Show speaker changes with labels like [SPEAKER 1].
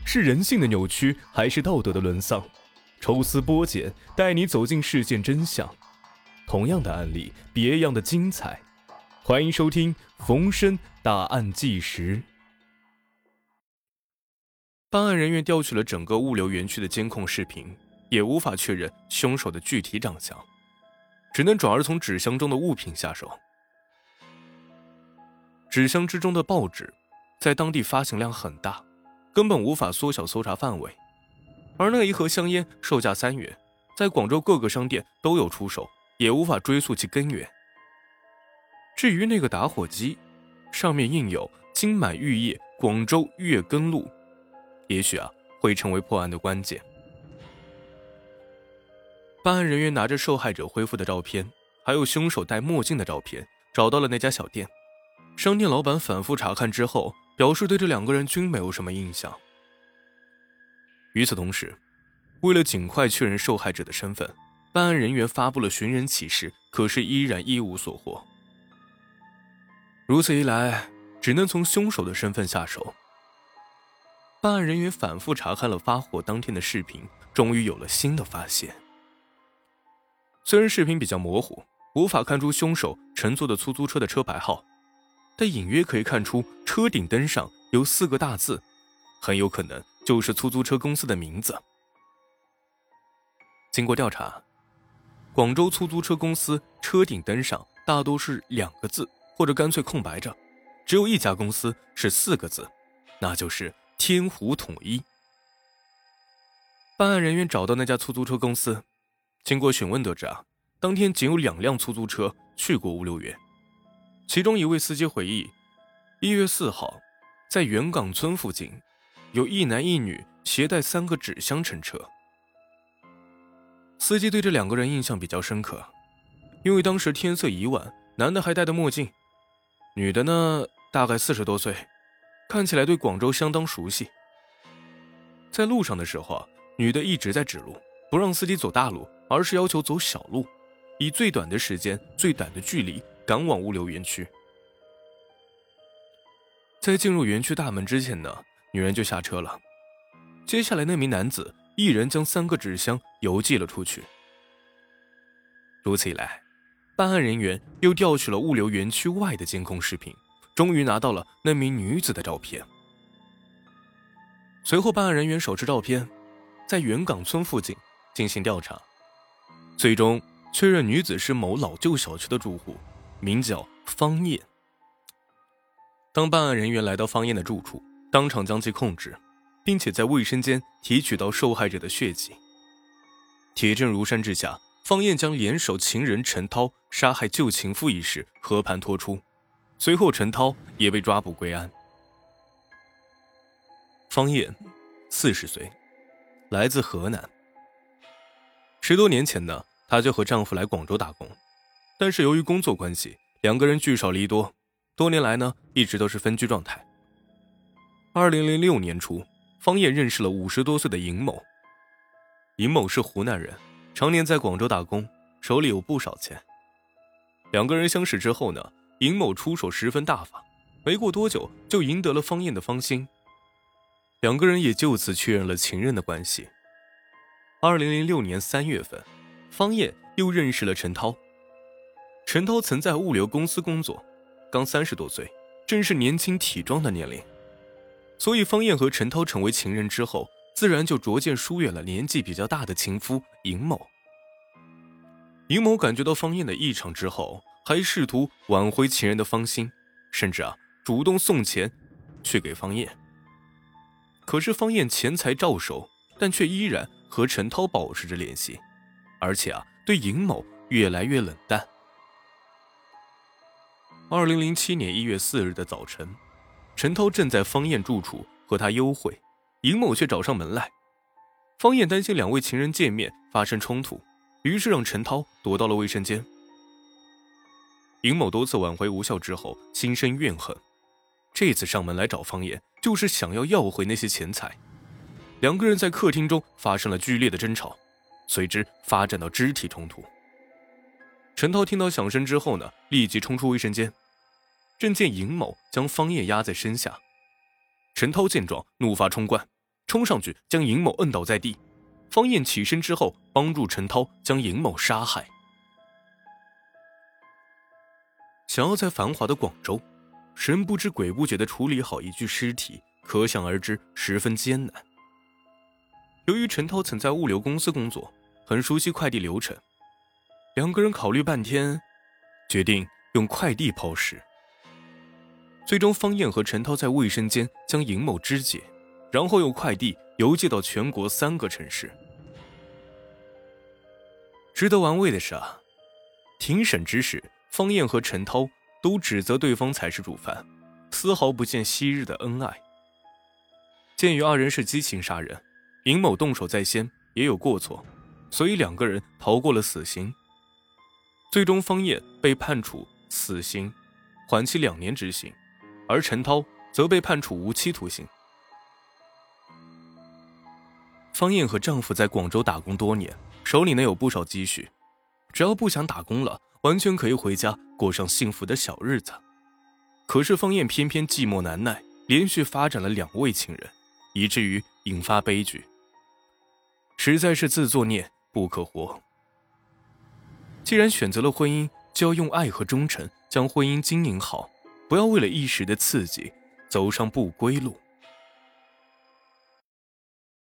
[SPEAKER 1] 是人性的扭曲，还是道德的沦丧？抽丝剥茧，带你走进事件真相。同样的案例，别样的精彩。欢迎收听冯生大案纪实。办案人员调取了整个物流园区的监控视频，也无法确认凶手的具体长相，只能转而从纸箱中的物品下手。纸箱之中的报纸在当地发行量很大，根本无法缩小搜查范围。而那一盒香烟售价3元，在广州各个商店都有出售，也无法追溯其根源。至于那个打火机，上面印有金满玉业广州粤根路，也许会成为破案的关键。办案人员拿着受害者恢复的照片，还有凶手戴墨镜的照片，找到了那家小店。商店老板反复查看之后，表示对这2个人均没有什么印象。与此同时，为了尽快确认受害者的身份，办案人员发布了寻人启事，可是依然一无所获。如此一来，只能从凶手的身份下手。办案人员反复查看了发火当天的视频，终于有了新的发现。虽然视频比较模糊，无法看出凶手乘坐的出租车的车牌号，但隐约可以看出车顶灯上有4个大字，很有可能就是出租车公司的名字。经过调查，广州出租车公司车顶灯上大多是2个字，或者干脆空白着，只有一家公司是4个字，那就是天湖统一。办案人员找到那家出租车公司，经过询问得知当天仅有2辆出租车去过物流园。其中一位司机回忆，1月4号在元岗村附近有一男一女携带3个纸箱乘车。司机对这2个人印象比较深刻，因为当时天色已晚，男的还戴着墨镜，女的呢大概40多岁，看起来对广州相当熟悉。在路上的时候女的一直在指路，不让司机走大路，而是要求走小路，以最短的时间、最短的距离赶往物流园区。在进入园区大门之前呢，女人就下车了。接下来那名男子一人将3个纸箱邮寄了出去。如此一来，办案人员又调取了物流园区外的监控视频，终于拿到了那名女子的照片。随后办案人员手持照片，在元岗村附近进行调查，最终确认女子是某老旧小区的住户，名叫方艳。当办案人员来到方艳的住处，当场将其控制，并且在卫生间提取到受害者的血迹。铁证如山之下，方艳将联手情人陈涛杀害旧情妇一事和盘托出，随后陈涛也被抓捕归案。方艳40岁，来自河南。10多年前呢，她就和丈夫来广州打工，但是由于工作关系，2个人聚少离多，多年来呢一直都是分居状态。2006年初，方艳认识了50多岁的尹某。尹某是湖南人，常年在广州打工，手里有不少钱。2个人相识之后呢，尹某出手十分大方，没过多久就赢得了方艳的芳心。2个人也就此确认了情人的关系。2006年3月份，方艳又认识了陈涛。陈涛曾在物流公司工作，刚30多岁，正是年轻体壮的年龄。所以方艳和陈涛成为情人之后，自然就逐渐疏远了年纪比较大的情夫尹某。尹某感觉到方艳的异常之后，还试图挽回情人的芳心，甚至主动送钱去给方艳。可是方艳钱财照收，但却依然和陈涛保持着联系，而且对尹某越来越冷淡。2007年1月4日的早晨，陈涛正在方艳住处和他幽会，尹某却找上门来。方艳担心2位情人见面发生冲突，于是让陈涛躲到了卫生间。尹某多次挽回无效之后，心生怨恨，这次上门来找方艳，就是想要回那些钱财。2个人在客厅中发生了剧烈的争吵，随之发展到肢体冲突。陈涛听到响声之后呢，立即冲出卫生间，正见尹某将方艳压在身下。陈涛见状怒发冲冠， 冲上去将尹某摁倒在地。方燕起身之后，帮助陈涛将尹某杀害。想要在繁华的广州，神不知鬼不觉地处理好一具尸体，可想而知十分艰难。由于陈涛曾在物流公司工作，很熟悉快递流程，两个人考虑半天，决定用快递抛尸。最终方燕和陈涛在卫生间将尹某肢解，然后用快递邮寄到全国3个城市。值得玩味的是庭审之时，方燕和陈涛都指责对方才是主犯，丝毫不见昔日的恩爱。鉴于二人是激情杀人，尹某动手在先，也有过错，所以两个人逃过了死刑。最终方燕被判处死刑，缓期2年执行，而陈涛则被判处无期徒刑。方燕和丈夫在广州打工多年，手里呢有不少积蓄，只要不想打工了，完全可以回家过上幸福的小日子。可是方燕偏偏寂寞难耐，连续发展了2位情人，以至于引发悲剧。实在是自作孽不可活。既然选择了婚姻，就要用爱和忠诚将婚姻经营好，不要为了一时的刺激走上不归路。